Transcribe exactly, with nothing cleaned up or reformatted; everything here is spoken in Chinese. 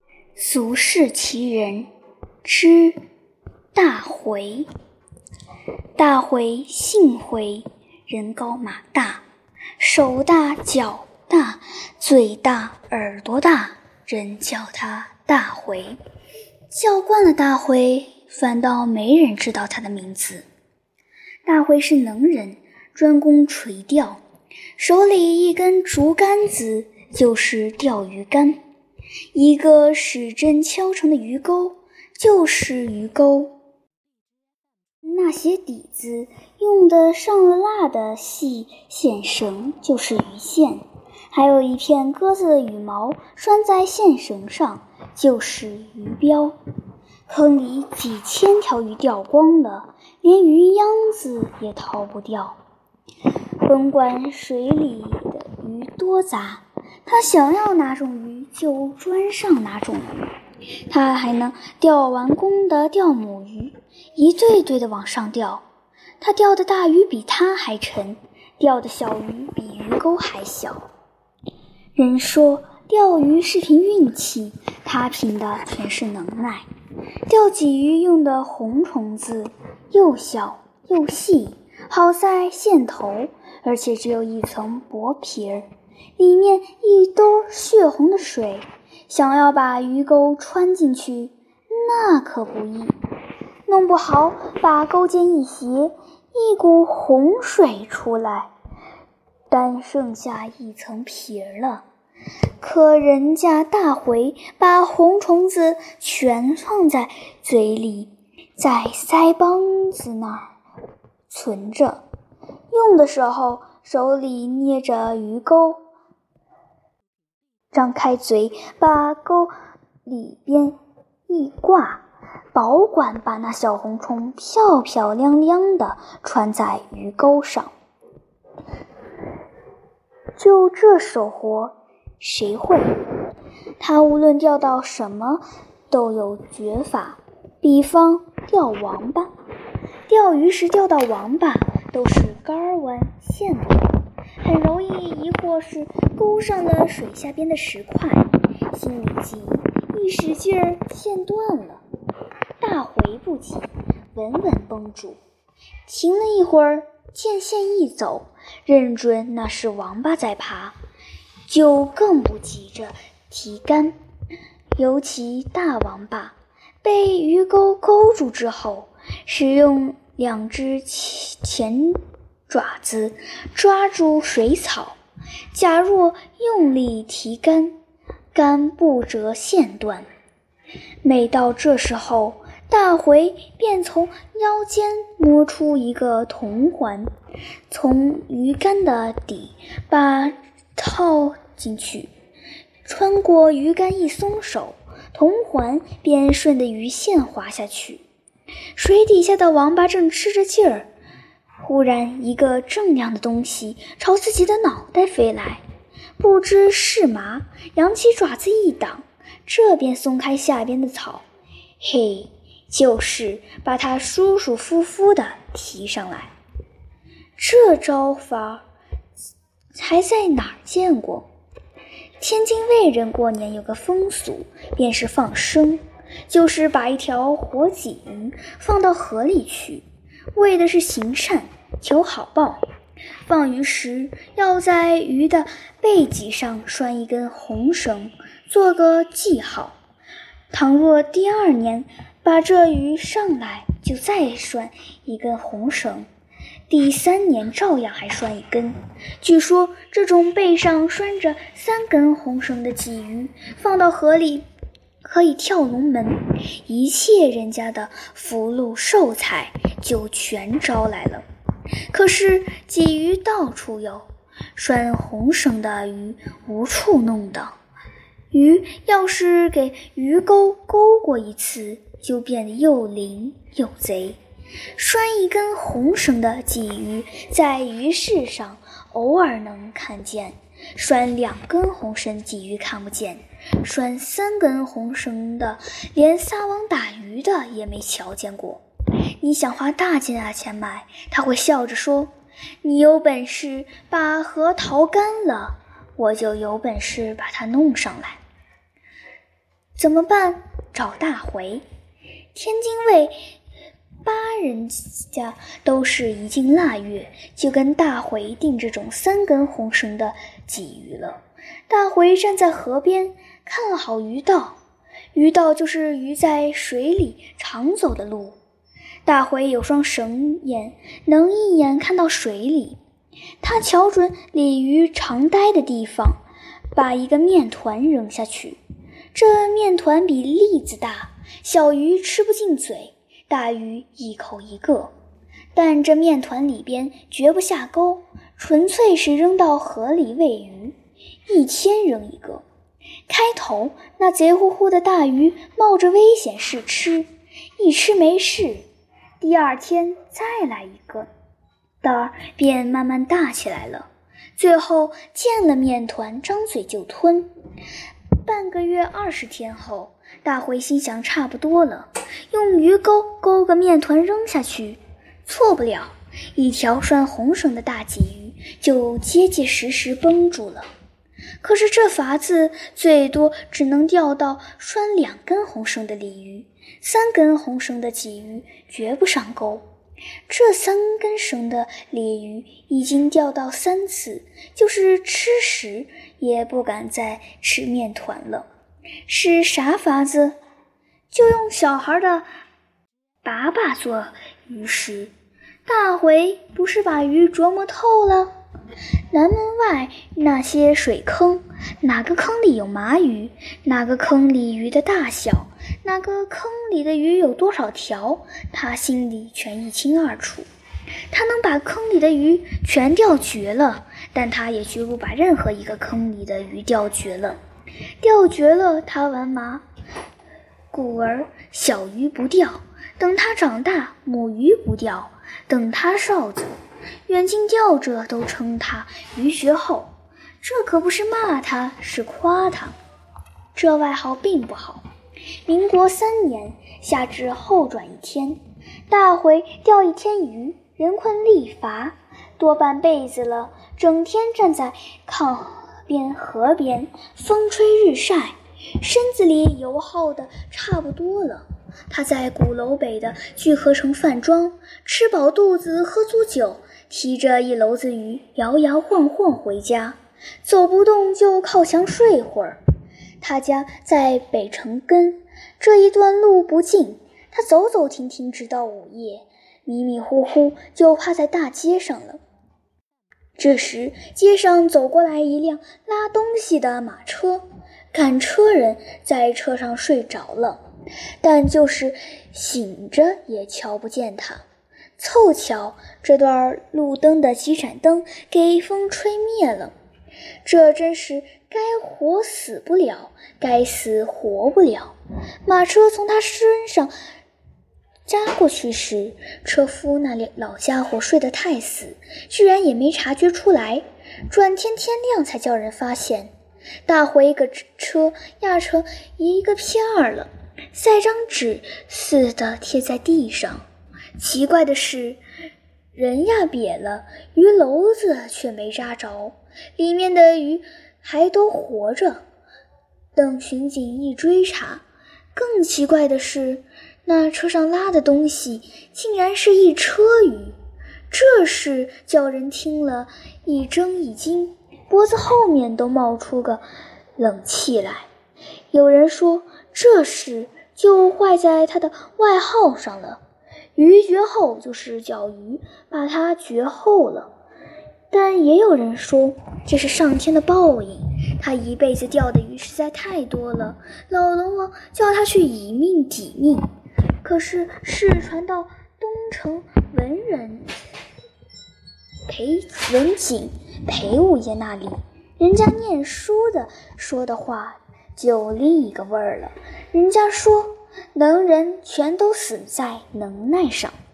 俗世奇人之大回。大回姓回，人高马大，手大脚大，嘴大耳朵大，人叫他大回。叫惯了大回，反倒没人知道他的名字。大回是能人，专攻垂钓，手里一根竹竿子就是钓鱼竿，一个使针敲成的鱼钩就是鱼钩。那些底子用的上了蜡的细线绳就是鱼线，还有一片鸽子的羽毛拴在线绳上就是鱼标。坑里几千条鱼钓光了，连鱼秧子也逃不掉。甭管水里的鱼多杂，他想要哪种鱼就专上哪种鱼。他还能钓完公的钓母鱼，一对对的往上钓。他钓的大鱼比他还沉，钓的小鱼比鱼钩还小。人说钓鱼是凭运气，他凭的全是能耐。钓鲫鱼用的红虫子又小又细，好在线头，而且只有一层薄皮儿，里面一兜血红的水，想要把鱼钩穿进去，那可不易。弄不好把钩尖一斜，一股洪水出来，单剩下一层皮儿了。可人家大回把红虫子全放在嘴里，在腮帮子那儿存着，用的时候手里捏着鱼钩，张开嘴把钩里边一挂，保管把那小红虫漂漂亮亮的穿在鱼钩上。就这手活谁会？他无论钓到什么都有绝法，比方钓王八。钓鱼时钓到王八都是竿弯线不稳，很容易疑惑是钩上了水下边的石块，心里急，一使劲儿线断了。大回不急，稳稳绷住，停了一会儿，见线一走，认准那是王八在爬，就更不急着提竿。尤其大王八被鱼钩勾住之后，使用两只前爪子抓住水草，假若用力提竿，竿不折线断。每到这时候，大回便从腰间摸出一个铜环，从鱼竿的底把套进去，穿过鱼竿一松手，铜环便顺着鱼线滑下去。水底下的王八正吃着劲儿，忽然一个锃亮的东西朝自己的脑袋飞来，不知是麻，扬起爪子一挡，这便松开下边的草，嘿，就是把它舒舒服服地提上来。这招法还在哪儿见过？天津卫人过年有个风俗，便是放生，就是把一条活鲫鱼放到河里去，为的是行善求好报。放鱼时要在鱼的背脊上拴一根红绳，做个记号。倘若第二年把这鱼上来，就再拴一根红绳，第三年照样还拴一根。据说这种背上拴着三根红绳的鲫鱼放到河里可以跳龙门，一切人家的福禄寿财就全招来了。可是鲫鱼到处有，拴红绳的鱼无处弄的。鱼要是给鱼钩勾过一次，就变得又灵又贼。拴一根红绳的鲫鱼在鱼市上偶尔能看见，拴两根红绳鲫鱼看不见，拴三根红绳的连撒网打鱼的也没瞧见过。你想花大价钱买，他会笑着说，你有本事把河淘干了，我就有本事把它弄上来。 怎么办？找大回。天津卫八人家都是一进腊月就跟大回订这种三根红绳的鲫鱼了。大回站在河边看好鱼道，鱼道就是鱼在水里常走的路。大回有双神眼，能一眼看到水里。他瞧准鲤鱼常待的地方，把一个面团扔下去。这面团比栗子大，小鱼吃不进嘴，大鱼一口一个。但这面团里边绝不下钩，纯粹是扔到河里喂鱼，一天扔一个。开头那贼乎乎的大鱼冒着危险试吃，一吃没事，第二天再来一个，蛋儿便慢慢大起来了，最后见了面团张嘴就吞。半个月二十天后，大回心想差不多了，用鱼钩勾个面团扔下去，错不了，一条拴红绳的大鲫鱼就结结实实绷住了。可是这法子最多只能钓到拴两根红绳的鲤鱼，三根红绳的鲫鱼绝不上钩。这三根绳的鲤鱼已经钓到三次，就是吃食也不敢再吃面团了。是啥法子？就用小孩的粑粑做鱼食。大回不是把鱼琢磨透了？南门外那些水坑，哪个坑里有麻鱼，哪个坑里鱼的大小，哪个坑里的鱼有多少条，他心里全一清二楚。他能把坑里的鱼全钓绝了，但他也绝不把任何一个坑里的鱼钓绝了。钓绝了他玩麻，故而小鱼不钓，等他长大，母鱼不钓，等他少子，远近钓者都称他鱼绝后。这可不是骂他，是夸他。这外号并不好。民国三年夏至后转一天，大回钓一天鱼，人困力乏，多半被子了，整天站在炕边河边，风吹日晒，身子里油耗的差不多了。他在鼓楼北的聚合城饭庄吃饱肚子，喝足酒，提着一篓子鱼摇摇晃晃回家，走不动就靠墙睡会儿。他家在北城根，这一段路不近，他走走停停直到午夜，迷迷糊糊就趴在大街上了。这时街上走过来一辆拉东西的马车，赶车人在车上睡着了，但就是醒着也瞧不见他。凑巧这段路灯的几盏灯给风吹灭了，这真是该活死不了，该死活不了。马车从他身上扎过去时，车夫那老家伙睡得太死，居然也没察觉出来，转天天亮才叫人发现。大回个车压成一个片儿了，塞张纸似的贴在地上。奇怪的是，人压瘪了，鱼篓子却没扎着，里面的鱼还都活着。等巡警一追查，更奇怪的是，那车上拉的东西竟然是一车鱼。这事叫人听了一怔一惊，脖子后面都冒出个冷气来。有人说这事就坏在他的外号上了，鱼绝后就是叫鱼把它绝后了。但也有人说这是上天的报应，他一辈子钓的鱼实在太多了，老龙王叫他去以命抵命。可是事传到东城文人裴文景裴五爷那里，人家念书的说的话就另一个味儿了。人家说能人全都死在能耐上。